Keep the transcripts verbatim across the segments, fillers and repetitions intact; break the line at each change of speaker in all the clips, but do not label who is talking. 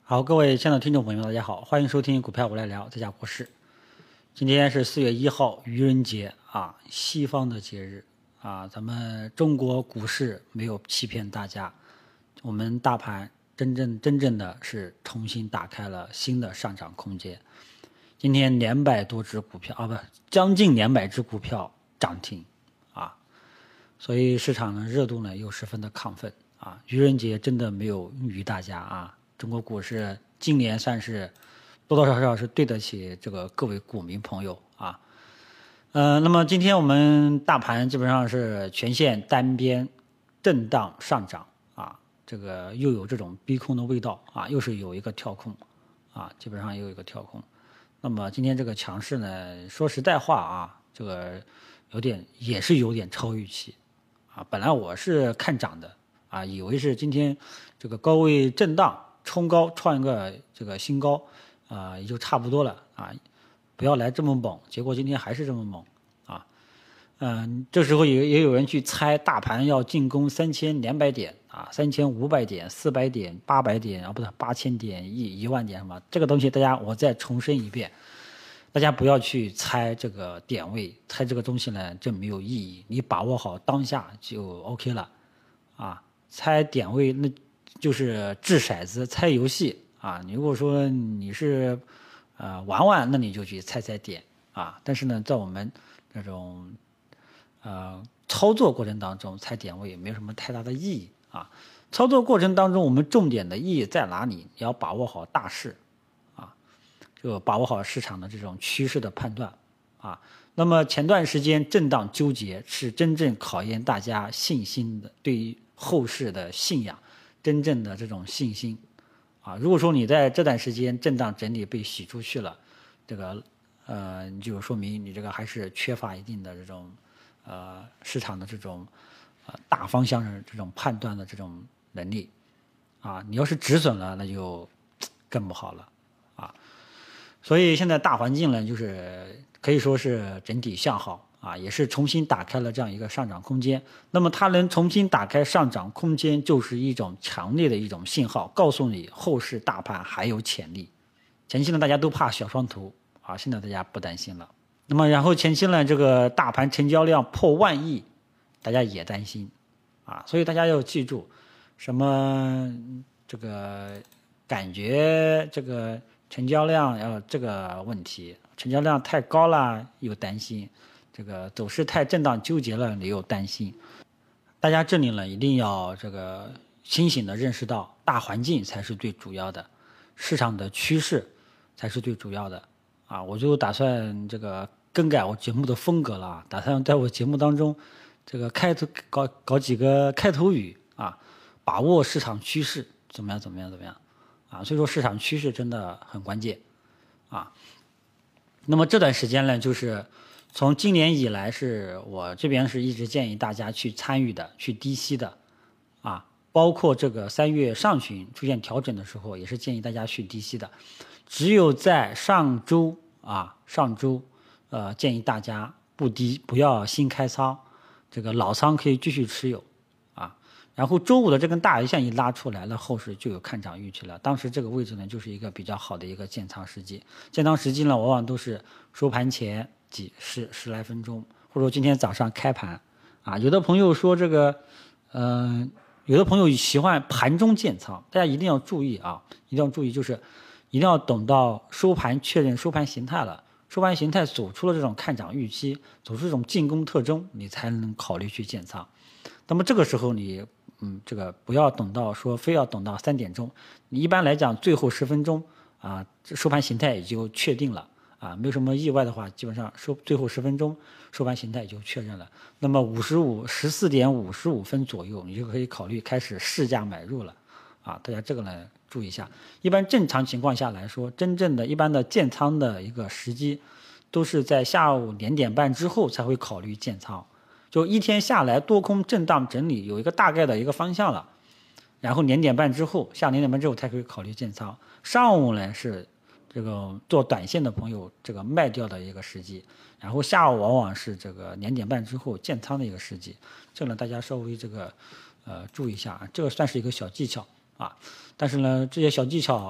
好，各位亲爱的听众朋友们，大家好，欢迎收听股票我来聊，这家国事。今天是四月一号，愚人节啊，西方的节日啊，咱们中国股市没有欺骗大家，我们大盘真正真正的是重新打开了新的上涨空间。今天两百多只股票啊，不，将近两百只股票涨停啊，所以市场的热度呢又十分的亢奋啊。愚人节真的没有于大家啊。中国股市今年算是多多少少是对得起这个各位股民朋友啊。呃，那么今天我们大盘基本上是全线单边震荡上涨啊，这个又有这种逼空的味道啊，又是有一个跳空啊，基本上又有一个跳空。那么今天这个强势呢，说实在话啊，这个有点也是有点超预期啊。本来我是看涨的啊，以为是今天这个高位震荡冲高创一个这个新高啊，也就差不多了啊，不要来这么猛。结果今天还是这么猛啊。嗯，这时候也也有人去猜大盘要进攻三千两百点啊，三千五百点、四百点、八百点啊，不是八千点、一一万点什么这个东西，大家我再重申一遍，大家不要去猜这个点位，猜这个东西呢，这没有意义。你把握好当下就 OK 了啊。猜点位那就是掷骰子、猜游戏啊。你如果说你是呃玩玩，那你就去猜猜点啊。但是呢，在我们这种呃操作过程当中，猜点位也没有什么太大的意义啊。操作过程当中，我们重点的意义在哪里？你要把握好大势啊，就把握好市场的这种趋势的判断啊。那么前段时间震荡纠结，是真正考验大家信心的，对于后市的信仰。真正的这种信心啊，如果说你在这段时间震荡整理被洗出去了，这个呃，你就说明你这个还是缺乏一定的这种呃市场的这种呃大方向的这种判断的这种能力啊。你要是止损了，那就更不好了啊。所以现在大环境呢，就是可以说是整体向好。啊，也是重新打开了这样一个上涨空间。那么它能重新打开上涨空间，就是一种强烈的一种信号，告诉你后市大盘还有潜力。前期呢，大家都怕小双头啊，现在大家不担心了。那么然后前期呢，这个大盘成交量破万亿，大家也担心啊。所以大家要记住，什么这个感觉这个成交量要这个问题，成交量太高了又担心。这个走势太震荡纠结了，你又担心。大家这里呢，一定要这个清醒的认识到，大环境才是最主要的，市场的趋势才是最主要的啊！我就打算这个更改我节目的风格了，打算在我节目当中，这个开头搞搞几个开头语啊，把握市场趋势，怎么样怎么样怎么样啊！所以说市场趋势真的很关键啊。那么这段时间呢，就是从今年以来，是我这边是一直建议大家去参与的，去低吸的，啊，包括这个三月上旬出现调整的时候，也是建议大家去低吸的。只有在上周啊，上周，呃，建议大家不低，不要新开仓，这个老仓可以继续持有，啊，然后周五的这根大阳线一拉出来了，后市就有看涨预期了。当时这个位置呢，就是一个比较好的一个建仓时机。建仓时机呢，往往都是收盘前。几十十来分钟，或者说今天早上开盘，啊，有的朋友说这个，嗯、呃，有的朋友喜欢盘中建仓，大家一定要注意啊，一定要注意，就是一定要等到收盘确认收盘形态了，收盘形态走出了这种看涨预期，走出这种进攻特征，你才能考虑去建仓。那么这个时候你，嗯，这个不要等到说非要等到三点钟，你一般来讲最后十分钟啊，收盘形态也就确定了。啊，没有什么意外的话，基本上收最后十分钟收盘形态也就确认了。那么五十五十四点五十五分左右，你就可以考虑开始试价买入了。啊，大家这个呢注意一下。一般正常情况下来说，真正的一般的建仓的一个时机，都是在下午两点半之后才会考虑建仓。就一天下来多空震荡整理有一个大概的一个方向了，然后两点半之后，下两点半之后才可以考虑建仓。上午呢是这个做短线的朋友这个卖掉的一个时机，然后下午往往是这个两点半之后建仓的一个时机，这个呢大家稍微这个呃注意一下啊，这个算是一个小技巧啊。但是呢这些小技巧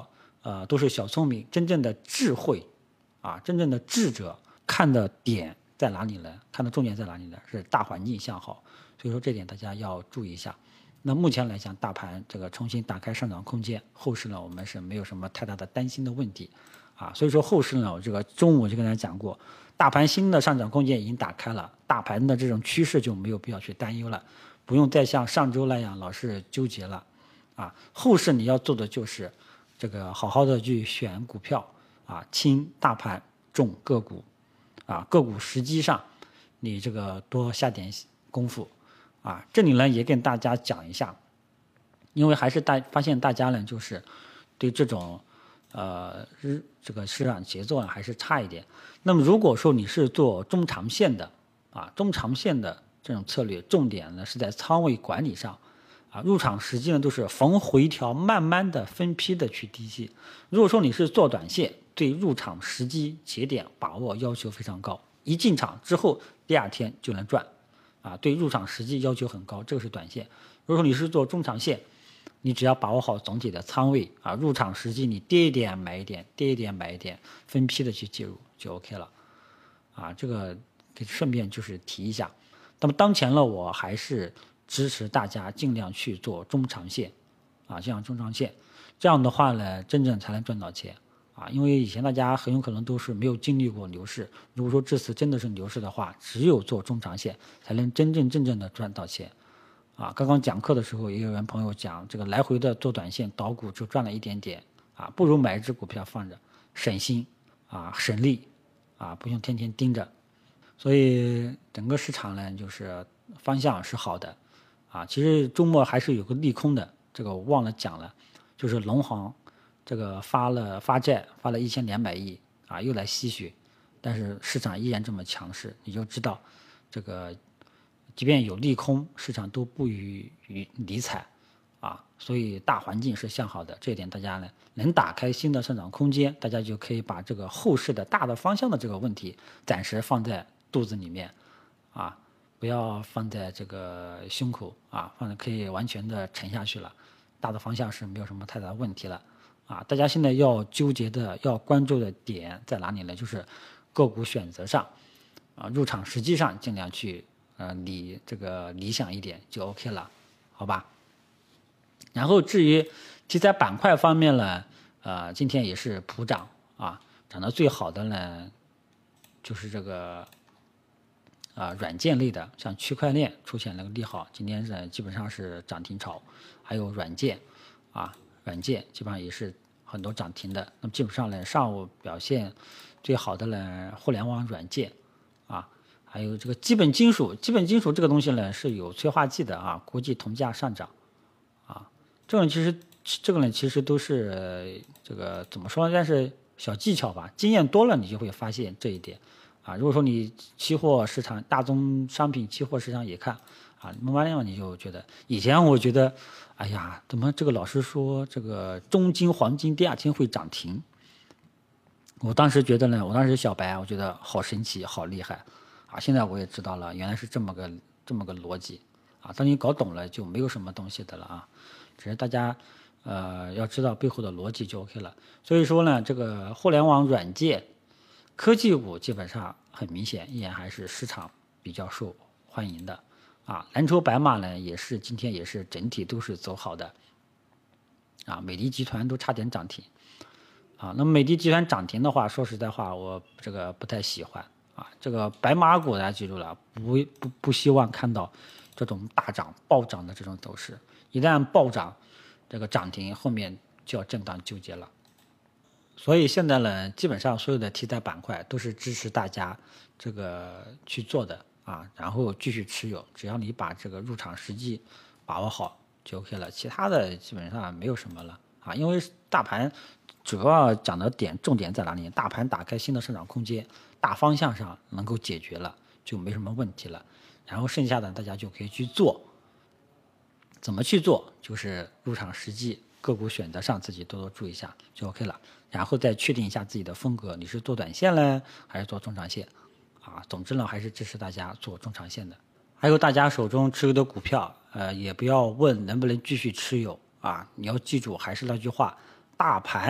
呃，都是小聪明，真正的智慧啊，真正的智者看的点在哪里呢？看的重点在哪里呢？是大环境向好，所以说这点大家要注意一下。那目前来讲，大盘这个重新打开上涨空间，后市呢我们是没有什么太大的担心的问题啊。所以说后市呢，我这个中午就跟大家讲过，大盘新的上涨空间已经打开了，大盘的这种趋势就没有必要去担忧了，不用再像上周那样老是纠结了啊。后市你要做的就是这个好好的去选股票啊，轻大盘重个股啊，个股实际上你这个多下点功夫。啊，这里呢也跟大家讲一下，因为还是大发现大家呢就是对这种呃日这个市场节奏啊还是差一点。那么如果说你是做中长线的啊，中长线的这种策略，重点呢是在仓位管理上啊，入场时机呢都是逢回调慢慢的分批的去低吸。如果说你是做短线，对入场时机节点把握要求非常高，一进场之后第二天就能赚。啊，对入场时机要求很高，这个是短线。如果说你是做中长线，你只要把握好总体的仓位啊，入场时机你跌一点买一点，跌一点买一点，分批的去介入就 OK 了。啊，这个给顺便就是提一下。那么当前呢，我还是支持大家尽量去做中长线，啊，这样中长线，这样的话呢，真正才能赚到钱。啊，因为以前大家很有可能都是没有经历过牛市，如果说这次真的是牛市的话，只有做中长线才能真正正正的赚到钱。啊，刚刚讲课的时候也有人朋友讲，这个来回的做短线倒股就赚了一点点，啊，不如买一只股票放着，省心啊，省力啊，不用天天盯着。所以整个市场呢，就是方向是好的，啊，其实周末还是有个利空的，这个我忘了讲了，就是农行。这个发了发债，发了一千两百亿啊，又来吸血，但是市场依然这么强势，你就知道，这个即便有利空，市场都不予予理睬啊，所以大环境是向好的，这一点大家呢能打开新的上涨空间，大家就可以把这个后市的大的方向的这个问题暂时放在肚子里面啊，不要放在这个胸口啊，放在可以完全的沉下去了，大的方向是没有什么太大的问题了。啊，大家现在要纠结的、要关注的点在哪里呢？就是个股选择上，啊，入场实际上尽量去呃理这个理想一点就 OK 了，好吧？然后至于题材板块方面呢，呃，今天也是普涨啊，涨得最好的呢，就是这个啊、呃、软件类的，像区块链出现了个利好，今天是基本上是涨停潮，还有软件啊。软件基本上也是很多涨停的，那么基本上呢，上午表现最好的呢，互联网软件啊，还有这个基本金属，基本金属这个东西呢是有催化剂的啊，国际铜价上涨啊，这种其实这个呢其实都是这个怎么说呢，但是小技巧吧，经验多了你就会发现这一点啊。如果说你期货市场、大宗商品期货市场也看啊，慢慢的你就觉得，以前我觉得。哎呀，怎么这个老师说这个中金、黄金第二天会涨停？我当时觉得呢，我当时小白，我觉得好神奇、好厉害啊！现在我也知道了，原来是这么个这么个逻辑啊！当你搞懂了，就没有什么东西的了啊！只是大家呃要知道背后的逻辑就 OK 了。所以说呢，这个互联网软件、科技股基本上很明显，依然还是市场比较受欢迎的。啊，蓝筹白马呢也是今天也是整体都是走好的，啊，美的集团都差点涨停，啊，那么美的集团涨停的话，说实在话，我这个不太喜欢啊，这个白马股大家记住了，不不不希望看到这种大涨暴涨的这种走势，一旦暴涨，这个涨停后面就要震荡纠结了，所以现在呢，基本上所有的题材板块都是支持大家这个去做的。啊，然后继续持有，只要你把这个入场时机把握好就 OK 了，其他的基本上没有什么了啊。因为大盘主要讲的点重点在哪里？大盘打开新的上涨空间，大方向上能够解决了，就没什么问题了。然后剩下的大家就可以去做，怎么去做？就是入场时机、个股选择上自己多多注意一下就 OK 了。然后再确定一下自己的风格，你是做短线呢，还是做中长线？啊，总之呢，还是支持大家做中长线的。还有大家手中持有的股票，呃，也不要问能不能继续持有啊。你要记住，还是那句话，大盘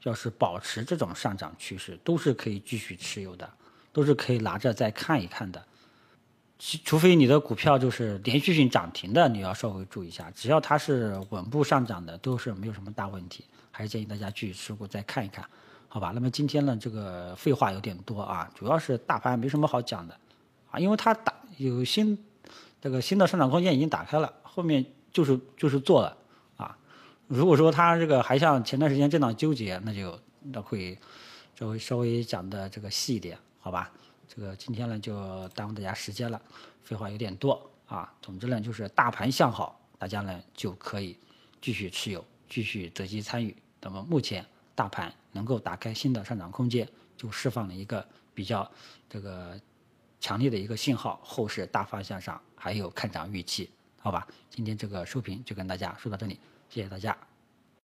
要是保持这种上涨趋势，都是可以继续持有的，都是可以拿着再看一看的。除非你的股票就是连续性涨停的，你要稍微注意一下。只要它是稳步上涨的，都是没有什么大问题。还是建议大家继续持股再看一看，好吧？那么今天呢，这个废话有点多啊，主要是大盘没什么好讲的啊，因为它打有新这个新的上涨空间已经打开了，后面就是就是做了啊。如果说它这个还像前段时间震荡纠结，那就那会稍微稍微讲的这个细一点，好吧？这个今天呢就耽误大家时间了，废话有点多啊。总之呢就是大盘向好，大家呢就可以继续持有，继续择机参与。那么目前大盘能够打开新的上涨空间，就释放了一个比较这个强烈的一个信号，后市大方向上还有看涨预期，好吧？今天这个收评就跟大家说到这里，谢谢大家。